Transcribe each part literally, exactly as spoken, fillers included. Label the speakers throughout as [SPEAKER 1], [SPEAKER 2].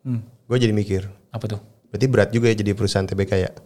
[SPEAKER 1] Hmm.
[SPEAKER 2] Gue jadi mikir.
[SPEAKER 1] Apa tuh?
[SPEAKER 2] Berarti berat juga ya jadi perusahaan T B K ya?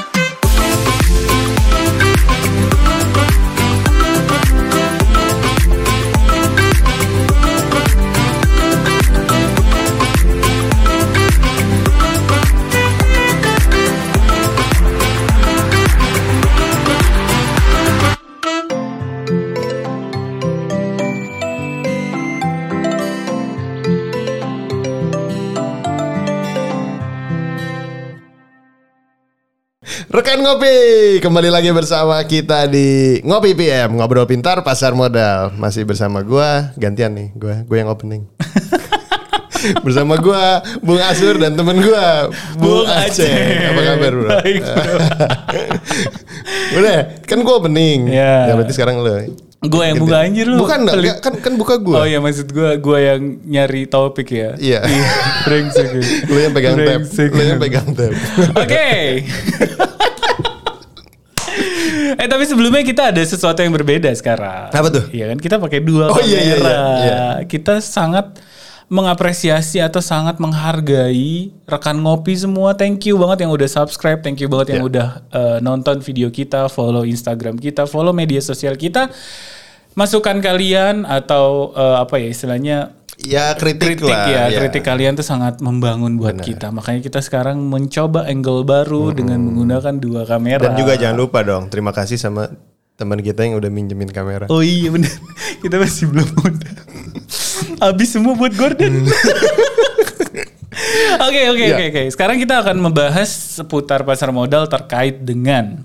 [SPEAKER 2] Rekan Ngopi, kembali lagi bersama kita di Ngopi P M, Ngobrol Pintar Pasar Modal. Masih bersama gue, gantian nih, gue gue yang opening. Bersama gue, Bung Asur dan temen gue, Bung Aceh. Apa kabar bro?
[SPEAKER 1] Baik bro.
[SPEAKER 2] Udah, kan gue opening.
[SPEAKER 1] Ya.
[SPEAKER 2] Ya berarti sekarang lo.
[SPEAKER 1] Gue yang buka anjir lu.
[SPEAKER 2] Bukan, enggak, kan kan buka gue.
[SPEAKER 1] Oh iya, maksud gue, gue yang nyari topik ya.
[SPEAKER 2] Iya.
[SPEAKER 1] Brengsek.
[SPEAKER 2] Lu yang pegang tab. Lu yang pegang tab.
[SPEAKER 1] Oke. Eh tapi sebelumnya kita ada sesuatu yang berbeda sekarang.
[SPEAKER 2] Apa tuh?
[SPEAKER 1] Iya kan kita pakai dua
[SPEAKER 2] Oh,
[SPEAKER 1] kamera.
[SPEAKER 2] iya, iya, iya, iya.
[SPEAKER 1] Kita sangat mengapresiasi atau sangat menghargai rekan Ngopi semua. Thank you banget yang udah subscribe, thank you banget yang
[SPEAKER 2] Yeah.
[SPEAKER 1] udah uh, nonton video kita, follow Instagram kita, follow media sosial kita. Masukan kalian atau uh, apa ya istilahnya
[SPEAKER 2] Ya kritik,
[SPEAKER 1] kritik
[SPEAKER 2] lah.
[SPEAKER 1] ya,
[SPEAKER 2] Ya.
[SPEAKER 1] kritik kalian tuh sangat membangun buat
[SPEAKER 2] Benar.
[SPEAKER 1] kita. Makanya kita sekarang mencoba angle baru hmm. dengan menggunakan dua kamera.
[SPEAKER 2] Dan juga jangan lupa dong, terima kasih sama teman kita yang udah minjemin kamera.
[SPEAKER 1] Oh iya benar. Kita masih belum udah. Habis semua buat Gordon. Oke oke
[SPEAKER 2] Ya.
[SPEAKER 1] oke oke. Sekarang kita akan membahas seputar pasar modal terkait dengan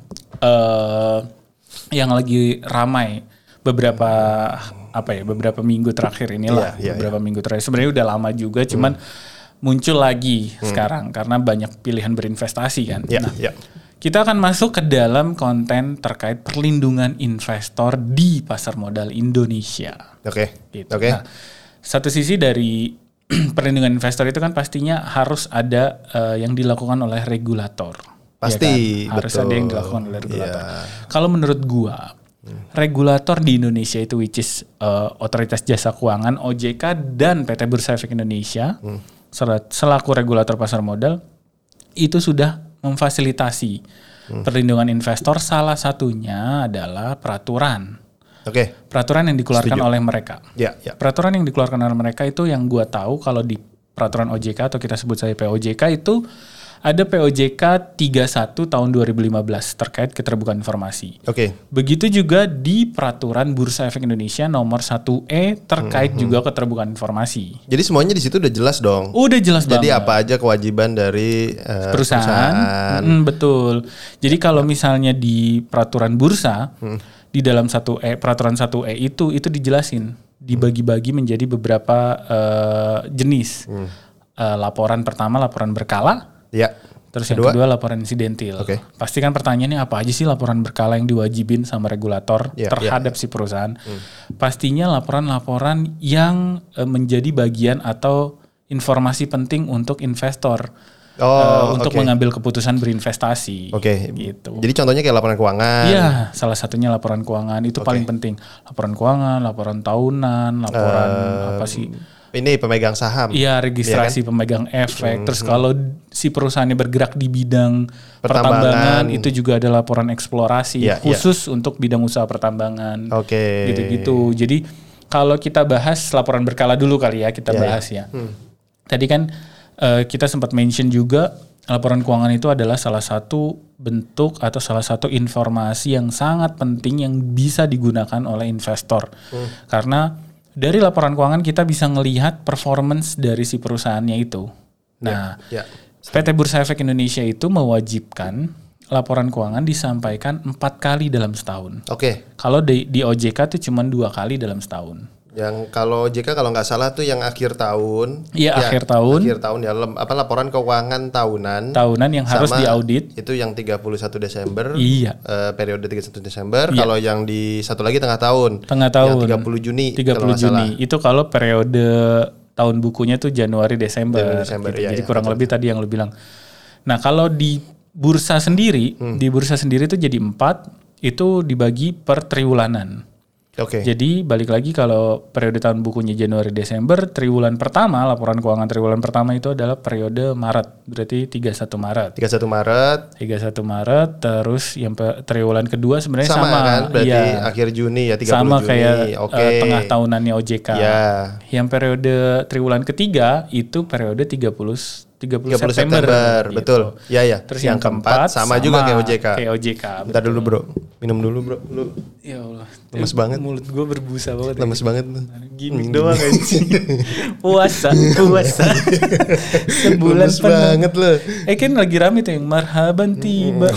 [SPEAKER 1] uh, yang lagi ramai beberapa apa ya beberapa minggu terakhir inilah.
[SPEAKER 2] Ya, ya,
[SPEAKER 1] beberapa ya. minggu terakhir. Sebenarnya udah lama juga, cuman hmm. muncul lagi hmm. sekarang karena banyak pilihan berinvestasi kan.
[SPEAKER 2] Ya,
[SPEAKER 1] Nah,
[SPEAKER 2] ya.
[SPEAKER 1] kita akan masuk ke dalam konten terkait perlindungan investor di pasar modal Indonesia.
[SPEAKER 2] Oke.
[SPEAKER 1] Gitu.
[SPEAKER 2] Oke.
[SPEAKER 1] Nah, satu sisi dari perlindungan investor itu kan pastinya harus ada uh, yang dilakukan oleh regulator.
[SPEAKER 2] Pasti,
[SPEAKER 1] ya kan? Harus
[SPEAKER 2] betul.
[SPEAKER 1] ada yang dilakukan oleh regulator.
[SPEAKER 2] Yeah.
[SPEAKER 1] Kalau menurut gua, hmm. regulator di Indonesia itu which is uh, Otoritas Jasa Keuangan O J K dan P T Bursa Efek Indonesia hmm. selaku regulator pasar modal itu sudah memfasilitasi hmm. perlindungan investor. Salah satunya adalah peraturan.
[SPEAKER 2] Oke. Okay.
[SPEAKER 1] Peraturan yang dikeluarkan
[SPEAKER 2] Setuju.
[SPEAKER 1] oleh mereka.
[SPEAKER 2] Ya, ya.
[SPEAKER 1] Peraturan yang dikeluarkan oleh mereka itu yang gua tahu kalau di peraturan O J K atau kita sebut saja P O J K itu ada P O J K tiga puluh satu tahun dua ribu lima belas terkait keterbukaan informasi.
[SPEAKER 2] Oke. Okay.
[SPEAKER 1] Begitu juga di peraturan Bursa Efek Indonesia nomor satu E terkait mm-hmm. juga keterbukaan informasi.
[SPEAKER 2] Jadi semuanya di situ udah jelas dong.
[SPEAKER 1] Udah jelas
[SPEAKER 2] Jadi
[SPEAKER 1] banget.
[SPEAKER 2] apa aja kewajiban dari uh,
[SPEAKER 1] perusahaan.
[SPEAKER 2] perusahaan.
[SPEAKER 1] Mm, betul. Jadi kalau misalnya di peraturan bursa hmm. di dalam satu E peraturan satu E itu itu dijelasin, dibagi-bagi menjadi beberapa uh, jenis. Hmm. Uh, laporan pertama laporan berkala.
[SPEAKER 2] Ya.
[SPEAKER 1] Terus
[SPEAKER 2] kedua?
[SPEAKER 1] yang kedua laporan insidentil.
[SPEAKER 2] Okay.
[SPEAKER 1] Pasti kan pertanyaannya apa aja sih laporan berkala yang diwajibin sama regulator
[SPEAKER 2] ya,
[SPEAKER 1] terhadap
[SPEAKER 2] ya, ya.
[SPEAKER 1] si perusahaan?
[SPEAKER 2] Hmm.
[SPEAKER 1] Pastinya laporan-laporan yang uh, menjadi bagian atau informasi penting untuk investor.
[SPEAKER 2] Oh,
[SPEAKER 1] uh, untuk
[SPEAKER 2] okay.
[SPEAKER 1] mengambil keputusan berinvestasi.
[SPEAKER 2] Oke. Okay.
[SPEAKER 1] Gitu.
[SPEAKER 2] Jadi contohnya kayak laporan keuangan.
[SPEAKER 1] Iya, salah satunya laporan keuangan itu okay. paling penting. Laporan keuangan, laporan tahunan, laporan uh, apa sih?
[SPEAKER 2] Ini pemegang saham.
[SPEAKER 1] Iya, registrasi ya kan? Pemegang efek. Mm-hmm. Terus kalau si perusahaannya bergerak di bidang pertambangan, pertambangan itu juga ada laporan eksplorasi ya, khusus ya. Untuk bidang usaha pertambangan.
[SPEAKER 2] Oke. Okay.
[SPEAKER 1] Gitu-gitu. Jadi kalau kita bahas laporan berkala dulu kali ya, kita ya, bahas ya. ya. Hmm. Tadi kan uh, kita sempat mention juga laporan keuangan itu adalah salah satu bentuk atau salah satu informasi yang sangat penting yang bisa digunakan oleh investor. Hmm. Karena dari laporan keuangan kita bisa ngelihat performance dari si perusahaannya itu. Nah, ya, ya. P T Bursa Efek Indonesia itu mewajibkan laporan keuangan disampaikan empat kali dalam setahun. Oke. Okay. Kalau di, di O J K itu cuma dua kali dalam setahun.
[SPEAKER 2] Yang kalau O J K kalau nggak salah tuh yang akhir tahun.
[SPEAKER 1] Iya,
[SPEAKER 2] ya,
[SPEAKER 1] akhir tahun.
[SPEAKER 2] Akhir tahun ya, apa laporan keuangan tahunan.
[SPEAKER 1] Tahunan yang harus diaudit.
[SPEAKER 2] Itu yang tiga puluh satu Desember.
[SPEAKER 1] Iya.
[SPEAKER 2] Uh, periode tiga puluh satu Desember.
[SPEAKER 1] Iya.
[SPEAKER 2] Kalau yang di satu lagi tengah tahun.
[SPEAKER 1] Tengah tahun.
[SPEAKER 2] Yang tiga puluh Juni.
[SPEAKER 1] tiga puluh Juni. Itu kalau periode tahun bukunya tuh Januari Desember.
[SPEAKER 2] Januari, Desember
[SPEAKER 1] gitu.
[SPEAKER 2] iya,
[SPEAKER 1] Jadi
[SPEAKER 2] iya,
[SPEAKER 1] kurang
[SPEAKER 2] betul.
[SPEAKER 1] lebih tadi yang lu bilang. Nah, kalau di bursa sendiri, hmm. di bursa sendiri itu jadi empat, itu dibagi per triwulanan.
[SPEAKER 2] Oke.
[SPEAKER 1] Jadi balik lagi kalau periode tahun bukunya Januari Desember, triwulan pertama, laporan keuangan triwulan pertama itu adalah periode Maret. Berarti tiga puluh satu Maret.
[SPEAKER 2] tiga puluh satu Maret.
[SPEAKER 1] tiga puluh satu Maret, terus yang pe- triwulan kedua sebenarnya sama,
[SPEAKER 2] Sama kan? Berarti
[SPEAKER 1] ya,
[SPEAKER 2] akhir Juni ya, tiga puluh
[SPEAKER 1] sama
[SPEAKER 2] Juni.
[SPEAKER 1] kayak
[SPEAKER 2] Oke.
[SPEAKER 1] uh, tengah tahunannya O J K.
[SPEAKER 2] Ya.
[SPEAKER 1] Yang periode triwulan ketiga itu periode tiga puluh tiga puluh
[SPEAKER 2] tiga puluh
[SPEAKER 1] September,
[SPEAKER 2] September,
[SPEAKER 1] gitu.
[SPEAKER 2] betul. Ya ya.
[SPEAKER 1] Terus yang, yang keempat
[SPEAKER 2] sama, sama juga kayak O J K.
[SPEAKER 1] Kayak O J K.
[SPEAKER 2] Bentar dulu, Bro. Minum dulu, Bro. Lu
[SPEAKER 1] Ya Allah.
[SPEAKER 2] lemes banget.
[SPEAKER 1] Mulut gue berbusa banget.
[SPEAKER 2] Lemes
[SPEAKER 1] ya.
[SPEAKER 2] banget lu.
[SPEAKER 1] Gimik doang anjing. Puasa, puasa. Sebulan
[SPEAKER 2] Lemes
[SPEAKER 1] penuh.
[SPEAKER 2] banget lu.
[SPEAKER 1] Eh kan lagi rame tuh yang marhaban tiba.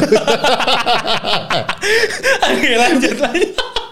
[SPEAKER 1] Oke, lanjut lagi.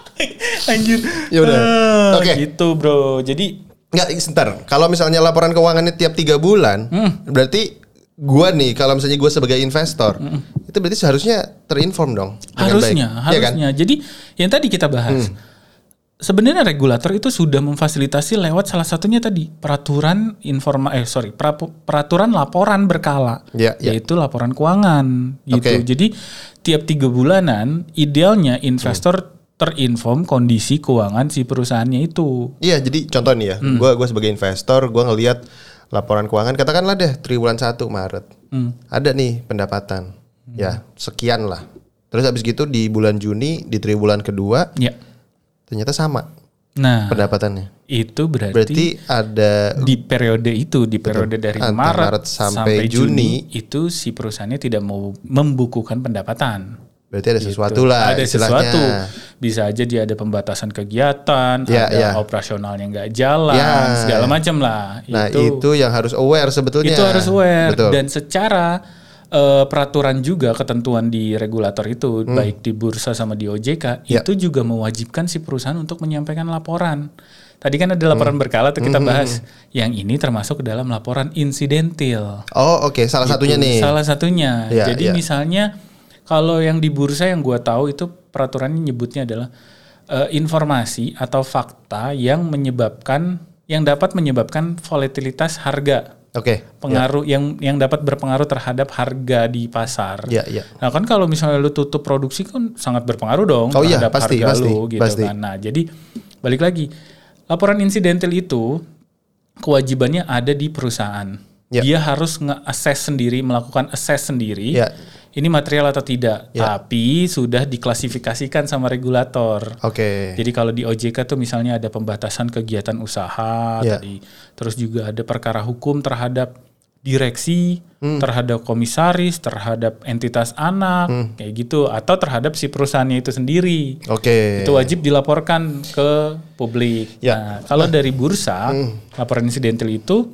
[SPEAKER 1] Anjir.
[SPEAKER 2] Ya udah.
[SPEAKER 1] Ah,
[SPEAKER 2] Oke.
[SPEAKER 1] Gitu, Bro. Jadi
[SPEAKER 2] Enggak, sebentar. Kalau misalnya laporan keuangannya tiap tiga bulan, hmm. berarti gua nih, kalau misalnya gua sebagai investor, hmm. itu berarti seharusnya terinform dong.
[SPEAKER 1] harusnya,
[SPEAKER 2] baik.
[SPEAKER 1] harusnya.
[SPEAKER 2] Ya kan?
[SPEAKER 1] Jadi yang tadi kita bahas. Hmm. Sebenarnya regulator itu sudah memfasilitasi lewat salah satunya tadi peraturan informa eh sorry pra, peraturan laporan berkala,
[SPEAKER 2] ya, ya.
[SPEAKER 1] yaitu laporan keuangan gitu.
[SPEAKER 2] Okay.
[SPEAKER 1] Jadi tiap tiga bulanan idealnya investor hmm. terinform kondisi keuangan si perusahaannya itu.
[SPEAKER 2] Iya, jadi contoh nih ya, hmm. gue gue sebagai investor, gue ngelihat laporan keuangan, katakanlah deh triwulan satu Maret, hmm. ada nih pendapatan, hmm. ya sekian lah. Terus habis gitu di bulan Juni di triwulan kedua, ya. ternyata sama. Nah, pendapatannya.
[SPEAKER 1] Itu berarti,
[SPEAKER 2] berarti ada
[SPEAKER 1] di periode itu, di periode betul, dari Maret, Maret sampai, sampai Juni, Juni itu si perusahaannya tidak mau membukukan pendapatan.
[SPEAKER 2] Berarti ada
[SPEAKER 1] gitu.
[SPEAKER 2] sesuatu lah.
[SPEAKER 1] Ada
[SPEAKER 2] istilahnya.
[SPEAKER 1] sesuatu. Bisa aja dia ada pembatasan kegiatan,
[SPEAKER 2] ya,
[SPEAKER 1] ada
[SPEAKER 2] ya.
[SPEAKER 1] operasionalnya nggak jalan,
[SPEAKER 2] ya.
[SPEAKER 1] segala macam lah.
[SPEAKER 2] Nah itu, itu yang harus aware sebetulnya.
[SPEAKER 1] Itu harus aware.
[SPEAKER 2] Betul.
[SPEAKER 1] Dan secara uh, peraturan juga ketentuan di regulator itu, hmm. baik di bursa sama di O J K, ya. itu juga mewajibkan si perusahaan untuk menyampaikan laporan. Tadi kan ada laporan hmm. berkala tuh kita bahas. Hmm. Yang ini termasuk ke dalam laporan insidentil.
[SPEAKER 2] Oh oke, okay. salah gitu. satunya nih.
[SPEAKER 1] Salah satunya. Ya, Jadi ya. misalnya kalau yang di bursa yang gue tahu itu peraturannya nyebutnya adalah uh, informasi atau fakta yang menyebabkan yang dapat menyebabkan volatilitas harga.
[SPEAKER 2] Oke. Okay.
[SPEAKER 1] Pengaruh yeah. yang yang dapat berpengaruh terhadap harga di pasar.
[SPEAKER 2] Iya, yeah, iya. Yeah.
[SPEAKER 1] Nah, kan kalau misalnya lu tutup produksi kan sangat berpengaruh dong
[SPEAKER 2] oh,
[SPEAKER 1] terhadap
[SPEAKER 2] iya, pasti,
[SPEAKER 1] harga
[SPEAKER 2] pasti,
[SPEAKER 1] lu gitu
[SPEAKER 2] pasti.
[SPEAKER 1] kan. Nah, jadi balik lagi. Laporan insidental itu kewajibannya ada di perusahaan. Yeah. Dia harus nge-assess sendiri, melakukan assess sendiri. Yeah. Ini material atau tidak, ya. tapi sudah diklasifikasikan sama regulator.
[SPEAKER 2] Oke. Okay.
[SPEAKER 1] Jadi kalau di O J K tuh misalnya ada pembatasan kegiatan usaha, ya. tadi, terus juga ada perkara hukum terhadap direksi, hmm. terhadap komisaris, terhadap entitas anak, hmm. kayak gitu, atau terhadap si perusahaannya itu sendiri.
[SPEAKER 2] Oke. Okay.
[SPEAKER 1] Itu wajib dilaporkan ke publik. Ya. Nah, kalau nah. dari bursa, hmm. laporan insidental itu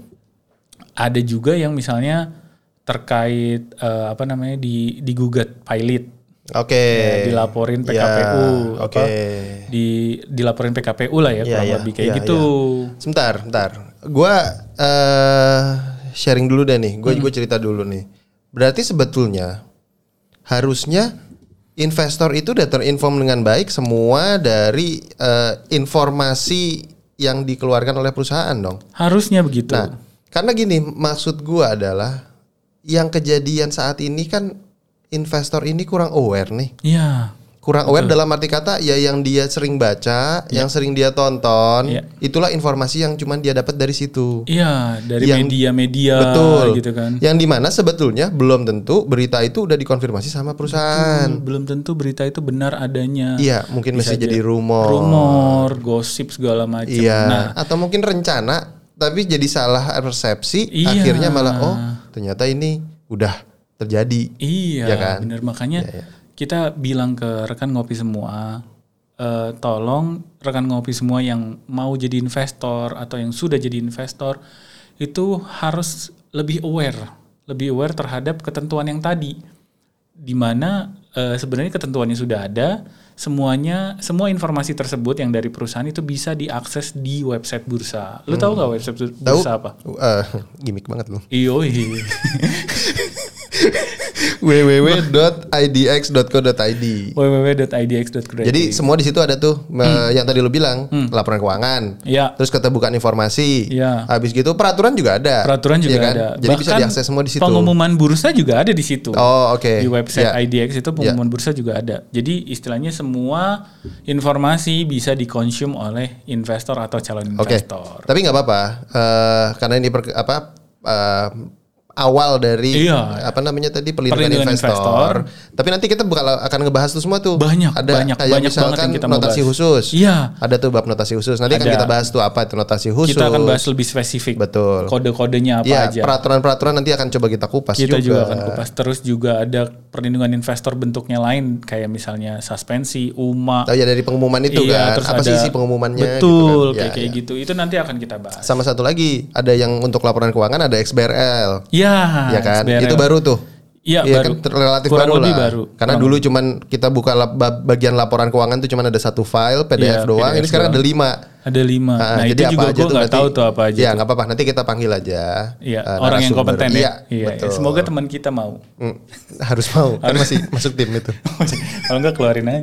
[SPEAKER 1] ada juga yang misalnya terkait uh, apa namanya di digugat pilot,
[SPEAKER 2] oke, okay.
[SPEAKER 1] ya, dilaporin P K P U,
[SPEAKER 2] yeah. oke, okay.
[SPEAKER 1] di dilaporin P K P U lah ya,
[SPEAKER 2] yeah,
[SPEAKER 1] kurang
[SPEAKER 2] yeah.
[SPEAKER 1] lebih kayak
[SPEAKER 2] yeah,
[SPEAKER 1] gitu.
[SPEAKER 2] Yeah. Sebentar, sebentar, gue uh, sharing dulu deh nih, gue hmm. gue cerita dulu nih. Berarti sebetulnya harusnya investor itu udah terinform dengan baik semua dari uh, informasi yang dikeluarkan oleh perusahaan dong.
[SPEAKER 1] Harusnya begitu.
[SPEAKER 2] Nah, karena gini, maksud gue adalah yang kejadian saat ini kan investor ini kurang aware nih.
[SPEAKER 1] Iya.
[SPEAKER 2] Kurang aware betul. Dalam arti kata ya yang dia sering baca, ya. yang sering dia tonton, ya. itulah informasi yang cuman dia dapat dari situ.
[SPEAKER 1] Iya, dari
[SPEAKER 2] yang,
[SPEAKER 1] media-media
[SPEAKER 2] betul,
[SPEAKER 1] gitu kan.
[SPEAKER 2] Yang dimana sebetulnya belum tentu berita itu udah dikonfirmasi sama perusahaan.
[SPEAKER 1] Betul, belum tentu berita itu benar adanya.
[SPEAKER 2] Iya, mungkin bisa masih jadi rumor.
[SPEAKER 1] Rumor, gosip segala macam.
[SPEAKER 2] Iya,
[SPEAKER 1] nah,
[SPEAKER 2] atau mungkin rencana tapi jadi salah persepsi, iya. akhirnya malah oh ternyata ini udah terjadi.
[SPEAKER 1] Iya,
[SPEAKER 2] ya kan?
[SPEAKER 1] Benar, makanya ya, ya. kita bilang ke rekan ngopi semua, uh, tolong rekan ngopi semua yang mau jadi investor atau yang sudah jadi investor itu harus lebih aware, lebih aware terhadap ketentuan yang tadi, di mana uh, sebenarnya ketentuannya sudah ada. Semuanya, semua informasi tersebut yang dari perusahaan itu bisa diakses di website bursa. Lu hmm. tahu nggak website bursa
[SPEAKER 2] tahu?
[SPEAKER 1] apa?
[SPEAKER 2] Uh, gimmick banget lu.
[SPEAKER 1] Iyo.
[SPEAKER 2] w w w dot i d x dot co dot i d.
[SPEAKER 1] w w w dot i d x dot co dot i d.
[SPEAKER 2] Jadi semua di situ ada tuh hmm. yang tadi lu bilang, hmm. laporan keuangan.
[SPEAKER 1] Ya.
[SPEAKER 2] Terus keterbukaan informasi.
[SPEAKER 1] Ya.
[SPEAKER 2] Habis gitu peraturan juga ada.
[SPEAKER 1] Peraturan juga ya kan? ada.
[SPEAKER 2] Jadi bahkan bisa diakses semua di situ.
[SPEAKER 1] Pengumuman bursa juga ada di situ.
[SPEAKER 2] Oh, oke. Okay.
[SPEAKER 1] Di website
[SPEAKER 2] ya.
[SPEAKER 1] I D X itu pengumuman ya. bursa juga ada. Jadi istilahnya semua informasi bisa dikonsum oleh investor atau calon investor.
[SPEAKER 2] Okay. Tapi nggak apa-apa, uh, karena ini per, apa uh, awal dari
[SPEAKER 1] iya.
[SPEAKER 2] apa namanya tadi perlindungan,
[SPEAKER 1] perlindungan
[SPEAKER 2] investor. investor. Tapi nanti kita bakal akan ngebahas itu semua tuh.
[SPEAKER 1] Banyak,
[SPEAKER 2] ada
[SPEAKER 1] banyak,
[SPEAKER 2] kayak
[SPEAKER 1] banyak
[SPEAKER 2] misalkan
[SPEAKER 1] banget yang kita
[SPEAKER 2] notasi
[SPEAKER 1] bahas.
[SPEAKER 2] khusus.
[SPEAKER 1] Iya.
[SPEAKER 2] Ada tuh bab notasi khusus. Nanti ada. akan kita bahas tuh apa itu notasi khusus.
[SPEAKER 1] Kita akan bahas lebih spesifik.
[SPEAKER 2] Betul.
[SPEAKER 1] Kode-kodenya apa
[SPEAKER 2] ya,
[SPEAKER 1] aja.
[SPEAKER 2] Peraturan-peraturan nanti akan coba kita kupas
[SPEAKER 1] kita
[SPEAKER 2] juga.
[SPEAKER 1] Kita juga akan kupas. Terus juga ada perlindungan investor bentuknya lain kayak misalnya suspensi, U M A.
[SPEAKER 2] Oh ya dari pengumuman itu
[SPEAKER 1] iya,
[SPEAKER 2] kan. Apa
[SPEAKER 1] ada,
[SPEAKER 2] sih isi pengumumannya?
[SPEAKER 1] Betul,
[SPEAKER 2] gitu kan.
[SPEAKER 1] kayak,
[SPEAKER 2] ya,
[SPEAKER 1] kayak
[SPEAKER 2] ya.
[SPEAKER 1] gitu. Itu nanti akan kita bahas.
[SPEAKER 2] Sama satu lagi, ada yang untuk laporan keuangan ada X B R L.
[SPEAKER 1] Iya.
[SPEAKER 2] Ya kan.
[SPEAKER 1] X B R L.
[SPEAKER 2] Itu baru tuh.
[SPEAKER 1] Iya
[SPEAKER 2] ya,
[SPEAKER 1] baru.
[SPEAKER 2] Kan, relatif
[SPEAKER 1] Kurang
[SPEAKER 2] baru
[SPEAKER 1] lebih
[SPEAKER 2] lah.
[SPEAKER 1] baru.
[SPEAKER 2] Karena
[SPEAKER 1] Kurang
[SPEAKER 2] dulu
[SPEAKER 1] lebih.
[SPEAKER 2] cuman kita buka bagian laporan keuangan tuh cuman ada satu file P D F
[SPEAKER 1] ya,
[SPEAKER 2] doang.
[SPEAKER 1] P D F
[SPEAKER 2] Ini sekarang
[SPEAKER 1] doang.
[SPEAKER 2] ada lima.
[SPEAKER 1] Ada lima. Nah, nah
[SPEAKER 2] jadi
[SPEAKER 1] itu juga gue nggak tahu tuh apa aja.
[SPEAKER 2] Iya nggak apa-apa. Nanti kita panggil aja.
[SPEAKER 1] Iya.
[SPEAKER 2] Uh,
[SPEAKER 1] orang yang kompeten
[SPEAKER 2] iya,
[SPEAKER 1] ya. Iya.
[SPEAKER 2] Betul.
[SPEAKER 1] Semoga teman kita mau.
[SPEAKER 2] Mm, harus mau. Kan masih masuk tim itu.
[SPEAKER 1] Kalau nggak keluarin aja.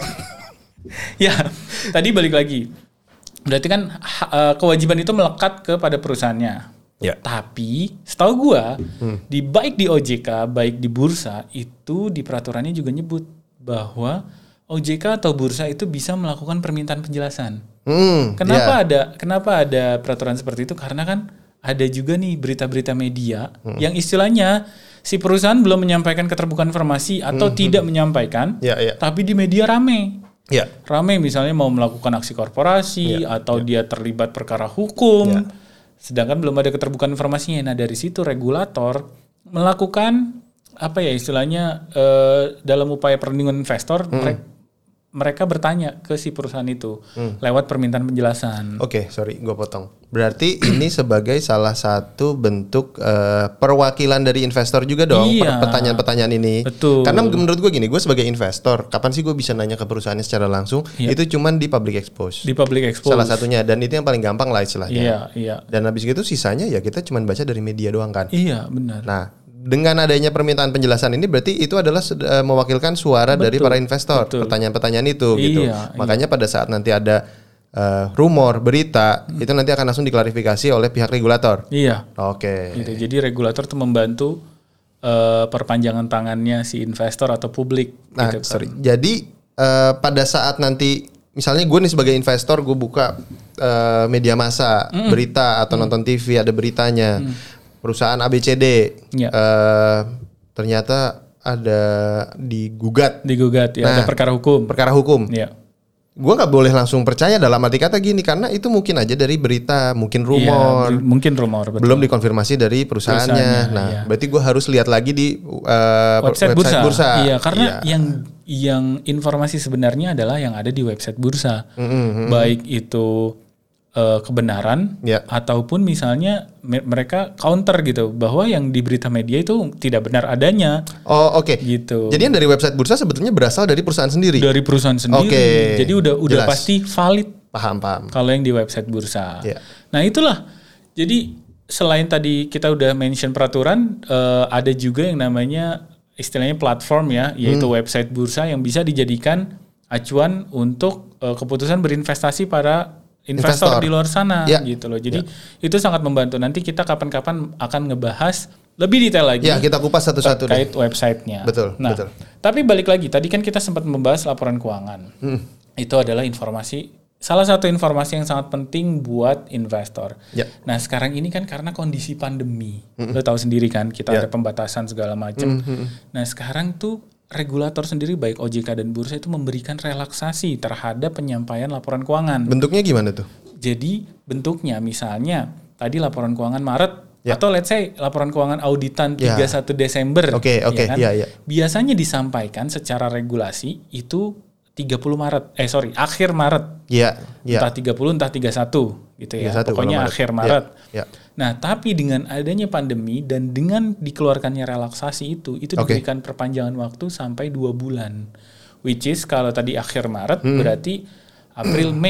[SPEAKER 1] Ya. Tadi balik lagi. Berarti kan uh, kewajiban itu melekat kepada perusahaannya.
[SPEAKER 2] Ya.
[SPEAKER 1] Tapi setahu gua hmm. di baik di O J K baik di bursa itu di peraturannya juga nyebut bahwa O J K atau bursa itu bisa melakukan permintaan penjelasan.
[SPEAKER 2] Hmm,
[SPEAKER 1] kenapa
[SPEAKER 2] yeah.
[SPEAKER 1] ada kenapa ada peraturan seperti itu? Karena kan ada juga nih berita-berita media hmm. yang istilahnya si perusahaan belum menyampaikan keterbukaan informasi atau hmm. tidak menyampaikan,
[SPEAKER 2] yeah, yeah.
[SPEAKER 1] tapi di media rame.
[SPEAKER 2] Yeah.
[SPEAKER 1] Rame misalnya mau melakukan aksi korporasi yeah, atau yeah. dia terlibat perkara hukum. Yeah. Sedangkan belum ada keterbukaan informasinya. Nah dari situ regulator melakukan apa ya istilahnya uh, dalam upaya perlindungan investor hmm. mereka, mereka bertanya ke si perusahaan itu hmm. lewat permintaan penjelasan.
[SPEAKER 2] Oke, okay, sorry, gue potong. Berarti ini sebagai salah satu bentuk uh, perwakilan dari investor juga dong.
[SPEAKER 1] Iya,
[SPEAKER 2] pertanyaan-pertanyaan ini.
[SPEAKER 1] Betul.
[SPEAKER 2] Karena menurut gue gini, gue sebagai investor, kapan sih gue bisa nanya ke perusahaannya secara langsung? Iya. Itu cuman di public expose.
[SPEAKER 1] Di public expose.
[SPEAKER 2] Salah satunya, dan itu yang paling gampang lah istilahnya.
[SPEAKER 1] Iya, iya.
[SPEAKER 2] Dan habis itu sisanya ya kita cuman baca dari media doang kan.
[SPEAKER 1] Iya, benar.
[SPEAKER 2] Nah. Dengan adanya permintaan penjelasan ini berarti itu adalah uh, mewakilkan suara betul, dari para investor, betul. pertanyaan-pertanyaan itu iya, gitu. Makanya iya. pada saat nanti ada uh, rumor, berita, hmm. itu nanti akan langsung diklarifikasi oleh pihak regulator.
[SPEAKER 1] Iya.
[SPEAKER 2] Oke.
[SPEAKER 1] Okay. Gitu. Jadi regulator tuh membantu uh, perpanjangan tangannya si investor atau publik.
[SPEAKER 2] Nah,
[SPEAKER 1] gitu,
[SPEAKER 2] sorry. Kan. Jadi uh, pada saat nanti misalnya gue nih sebagai investor gue buka uh, media massa, mm. berita atau mm. nonton T V ada beritanya. Mm. Perusahaan A B C D ya. uh, ternyata ada digugat,
[SPEAKER 1] digugat ya,
[SPEAKER 2] nah,
[SPEAKER 1] ada perkara hukum,
[SPEAKER 2] perkara hukum.
[SPEAKER 1] Ya.
[SPEAKER 2] Gue nggak boleh langsung percaya dalam arti kata gini karena itu mungkin aja dari berita, mungkin rumor,
[SPEAKER 1] ya, mungkin rumor, betul.
[SPEAKER 2] belum dikonfirmasi dari perusahaannya. perusahaannya nah, ya. berarti gue harus lihat lagi di uh,
[SPEAKER 1] website,
[SPEAKER 2] website bursa.
[SPEAKER 1] bursa. Iya, karena ya. yang yang informasi sebenarnya adalah yang ada di website bursa, mm-hmm. baik itu Uh, kebenaran yeah. ataupun misalnya me- mereka counter gitu bahwa yang di berita media itu tidak benar adanya.
[SPEAKER 2] Oh oke. Okay.
[SPEAKER 1] Gitu.
[SPEAKER 2] Jadi yang dari website bursa sebetulnya berasal dari perusahaan sendiri.
[SPEAKER 1] Dari perusahaan sendiri.
[SPEAKER 2] Okay.
[SPEAKER 1] Jadi udah udah
[SPEAKER 2] Jelas.
[SPEAKER 1] pasti valid.
[SPEAKER 2] Paham paham.
[SPEAKER 1] Kalau yang di website bursa.
[SPEAKER 2] Yeah.
[SPEAKER 1] Nah itulah. Jadi selain tadi kita udah mention peraturan, uh, ada juga yang namanya istilahnya platform ya, yaitu hmm. website bursa yang bisa dijadikan acuan untuk uh, keputusan berinvestasi para investor, investor di luar sana ya. Gitu loh. Jadi ya. itu sangat membantu. Nanti kita kapan-kapan akan ngebahas lebih detail lagi.
[SPEAKER 2] Ya, kita kupas satu-satu
[SPEAKER 1] terkait deh. Websitenya.
[SPEAKER 2] Betul,
[SPEAKER 1] nah,
[SPEAKER 2] betul.
[SPEAKER 1] Tapi balik lagi, tadi kan kita sempat membahas laporan keuangan. Hmm. Itu adalah informasi, salah satu informasi yang sangat penting buat investor. Ya. Nah, sekarang ini kan karena kondisi pandemi, hmm. lo tahu sendiri kan, kita ya. ada pembatasan segala macam. Hmm. Nah, sekarang tuh regulator sendiri baik O J K dan bursa itu memberikan relaksasi terhadap penyampaian laporan keuangan.
[SPEAKER 2] Bentuknya gimana tuh?
[SPEAKER 1] Jadi bentuknya misalnya tadi laporan keuangan Maret ya. Atau let's say laporan keuangan auditan
[SPEAKER 2] ya.
[SPEAKER 1] tiga puluh satu Desember.
[SPEAKER 2] Oke, okay, oke, okay.
[SPEAKER 1] ya kan?
[SPEAKER 2] ya, ya.
[SPEAKER 1] Biasanya disampaikan secara regulasi itu tiga puluh Maret. Eh sorry, akhir Maret.
[SPEAKER 2] Iya, ya.
[SPEAKER 1] Entah tiga puluh entah tiga puluh satu gitu ya.
[SPEAKER 2] tiga puluh satu
[SPEAKER 1] Pokoknya
[SPEAKER 2] Maret.
[SPEAKER 1] akhir Maret.
[SPEAKER 2] Ya, ya.
[SPEAKER 1] Nah, tapi dengan adanya pandemi dan dengan dikeluarkannya relaksasi itu, itu
[SPEAKER 2] okay.
[SPEAKER 1] diberikan perpanjangan waktu sampai dua bulan. Which is kalau tadi akhir Maret hmm. berarti April, Mei.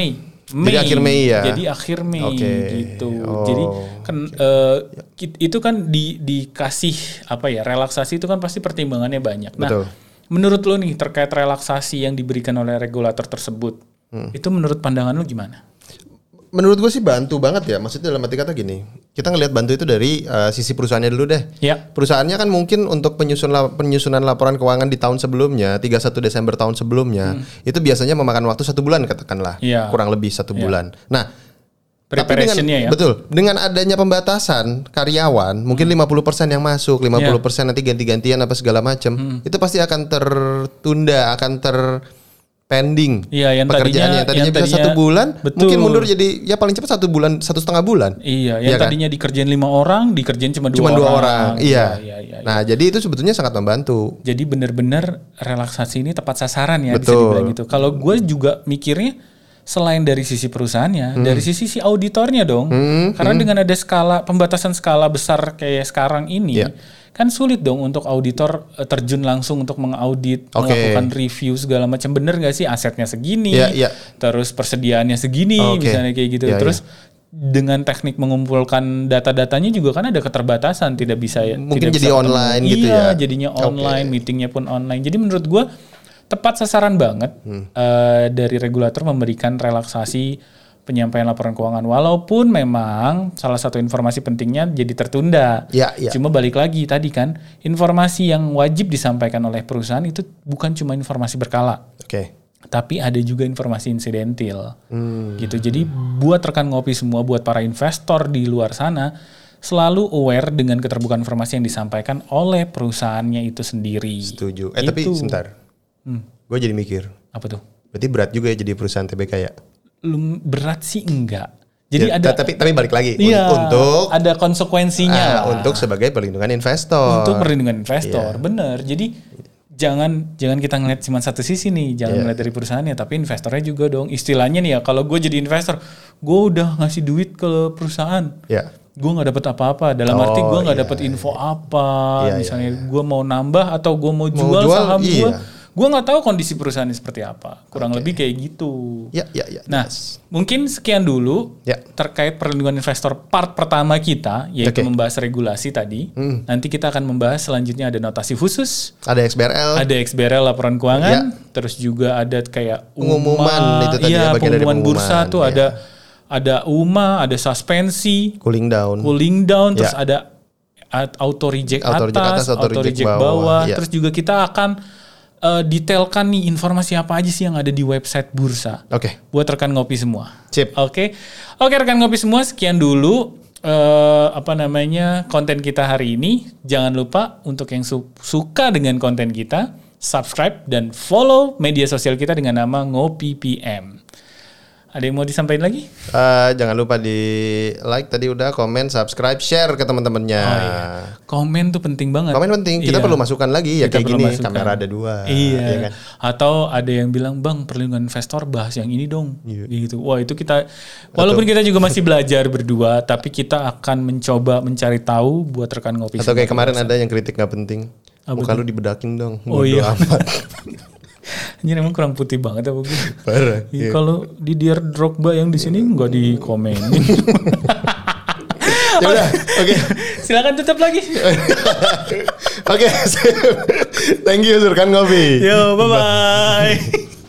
[SPEAKER 1] Mei.
[SPEAKER 2] Jadi akhir Mei ya.
[SPEAKER 1] Jadi akhir Mei
[SPEAKER 2] okay.
[SPEAKER 1] gitu.
[SPEAKER 2] Oh.
[SPEAKER 1] Jadi kan uh, itu kan di dikasih apa ya relaksasi itu kan pasti pertimbangannya banyak. Nah,
[SPEAKER 2] betul.
[SPEAKER 1] Menurut lo nih terkait relaksasi yang diberikan oleh regulator tersebut, hmm. itu menurut pandangan lo gimana?
[SPEAKER 2] Menurut gue sih bantu banget ya. Maksudnya dalam arti kata gini, kita ngelihat bantu itu dari uh, sisi perusahaannya dulu deh.
[SPEAKER 1] Ya.
[SPEAKER 2] Perusahaannya kan mungkin untuk penyusun penyusunan laporan keuangan di tahun sebelumnya, tiga puluh satu Desember tahun sebelumnya, hmm. itu biasanya memakan waktu satu bulan katakanlah, ya. kurang lebih satu ya. bulan. Nah,
[SPEAKER 1] preparationnya ya.
[SPEAKER 2] Betul. Dengan adanya pembatasan karyawan, hmm. mungkin lima puluh persen yang masuk, lima puluh persen ya. nanti ganti-gantian apa segala macam, hmm. itu pasti akan tertunda, akan ter pending
[SPEAKER 1] iya, yang
[SPEAKER 2] pekerjaannya
[SPEAKER 1] tadinya,
[SPEAKER 2] yang tadinya
[SPEAKER 1] yang
[SPEAKER 2] bisa
[SPEAKER 1] tadinya,
[SPEAKER 2] satu bulan
[SPEAKER 1] betul.
[SPEAKER 2] mungkin mundur jadi ya paling cepat satu bulan satu setengah bulan
[SPEAKER 1] iya yang ya tadinya kan? dikerjain lima orang dikerjain cuma dua
[SPEAKER 2] cuma
[SPEAKER 1] orang,
[SPEAKER 2] dua orang. Iya.
[SPEAKER 1] Iya, iya, iya
[SPEAKER 2] nah
[SPEAKER 1] iya.
[SPEAKER 2] jadi itu sebetulnya sangat membantu,
[SPEAKER 1] jadi benar-benar relaksasi ini tepat sasaran ya.
[SPEAKER 2] Betul.
[SPEAKER 1] Bisa dibilang gitu. Kalau gue juga mikirnya selain dari sisi perusahaannya, hmm. dari sisi si auditornya dong, hmm. karena hmm. dengan ada skala pembatasan skala besar kayak sekarang ini, yeah. kan sulit dong untuk auditor terjun langsung untuk mengaudit, okay. melakukan review segala macam. Bener nggak sih asetnya segini, yeah, yeah. terus persediaannya segini, okay. misalnya kayak gitu. Yeah, terus yeah. dengan teknik mengumpulkan data-datanya juga kan ada keterbatasan, tidak bisa
[SPEAKER 2] mungkin
[SPEAKER 1] tidak
[SPEAKER 2] jadi
[SPEAKER 1] bisa
[SPEAKER 2] online
[SPEAKER 1] ketemu.
[SPEAKER 2] gitu
[SPEAKER 1] iya,
[SPEAKER 2] ya.
[SPEAKER 1] jadinya online, okay. meetingnya pun online. Jadi menurut gue tepat sasaran banget hmm. uh, dari regulator memberikan relaksasi penyampaian laporan keuangan, walaupun memang salah satu informasi pentingnya jadi tertunda.
[SPEAKER 2] Ya, ya.
[SPEAKER 1] Cuma balik lagi tadi kan, informasi yang wajib disampaikan oleh perusahaan itu bukan cuma informasi berkala,
[SPEAKER 2] okay.
[SPEAKER 1] tapi ada juga informasi insidentil,
[SPEAKER 2] hmm.
[SPEAKER 1] gitu. Jadi buat rekan ngopi semua, buat para investor di luar sana, selalu aware dengan keterbukaan informasi yang disampaikan oleh perusahaannya itu sendiri.
[SPEAKER 2] Setuju. Eh itu. Tapi sebentar. Hmm. Gue jadi mikir.
[SPEAKER 1] Apa tuh?
[SPEAKER 2] Berarti berat juga ya jadi perusahaan T B K ya?
[SPEAKER 1] Lum, berat sih enggak. Jadi ya, ada.
[SPEAKER 2] Tapi tapi balik lagi.
[SPEAKER 1] Iya,
[SPEAKER 2] untuk
[SPEAKER 1] ada konsekuensinya.
[SPEAKER 2] Uh, untuk sebagai perlindungan investor.
[SPEAKER 1] Untuk perlindungan investor, yeah. bener. Jadi jangan jangan kita ngeliat cuma satu sisi nih. Jangan yeah. ngeliat dari perusahaannya, tapi investornya juga dong. Istilahnya nih ya, kalau gue jadi investor, gue udah ngasih duit ke perusahaan.
[SPEAKER 2] Yeah.
[SPEAKER 1] Gue nggak dapet apa-apa. Dalam oh, arti gue nggak iya, dapet info iya. apa. Iya, misalnya iya. gue mau nambah atau gue mau jual, mau jual saham iya. gue. Gue nggak tahu kondisi perusahaannya seperti apa. Kurang okay. lebih kayak gitu.
[SPEAKER 2] Ya, ya, ya.
[SPEAKER 1] Nah, yes. mungkin sekian dulu ya. terkait perlindungan investor part pertama kita, yaitu okay. membahas regulasi tadi. Hmm. Nanti kita akan membahas selanjutnya ada notasi khusus.
[SPEAKER 2] Ada X B R L.
[SPEAKER 1] Ada X B R L laporan keuangan. Ya. Terus juga ada kayak
[SPEAKER 2] pengumuman itu tadi
[SPEAKER 1] ya,
[SPEAKER 2] ya,
[SPEAKER 1] pengumuman bursa tuh ya. ada ada U M A, ada suspensi,
[SPEAKER 2] cooling down,
[SPEAKER 1] cooling down, terus ya. ada auto reject atas, atas auto reject bawah. bawah. Ya. Terus juga kita akan Uh, detailkan nih informasi apa aja sih yang ada di website bursa.
[SPEAKER 2] Oke. Okay.
[SPEAKER 1] Buat rekan ngopi semua.
[SPEAKER 2] Sip.
[SPEAKER 1] Oke. Okay. Oke okay, rekan ngopi semua, sekian dulu uh, apa namanya konten kita hari ini. Jangan lupa untuk yang su- suka dengan konten kita, subscribe dan follow media sosial kita dengan nama Ngopi P M. Ada yang mau disampaikan lagi?
[SPEAKER 2] Uh, jangan lupa di like tadi udah, komen, subscribe, share ke teman-temannya.
[SPEAKER 1] Oh, iya. Komen tuh penting banget.
[SPEAKER 2] Komen penting. Kita iya. perlu masukan lagi ya, kita kayak gini. Masukan. Kamera ada dua.
[SPEAKER 1] Iya. Ya kan? Atau ada yang bilang, bang perlindungan investor bahas yang ini dong. Iya. Gitu. Wah itu kita, walaupun Atau, kita juga masih belajar berdua, tapi kita akan mencoba mencari tahu buat rekan ngopi.
[SPEAKER 2] Atau kayak kemarin ada yang kritik nggak penting. Muka lu dibedakin dong.
[SPEAKER 1] Oh iya. Anjir emang kurang putih banget apa gue.
[SPEAKER 2] Parah.
[SPEAKER 1] Iya. Kalau di Dear Drogba yang di sini nggak dikomenin.
[SPEAKER 2] Ya udah, oke. Okay.
[SPEAKER 1] Silakan tutup lagi.
[SPEAKER 2] Oke, okay, thank you Surkan Ngopi.
[SPEAKER 1] Yo, bye bye.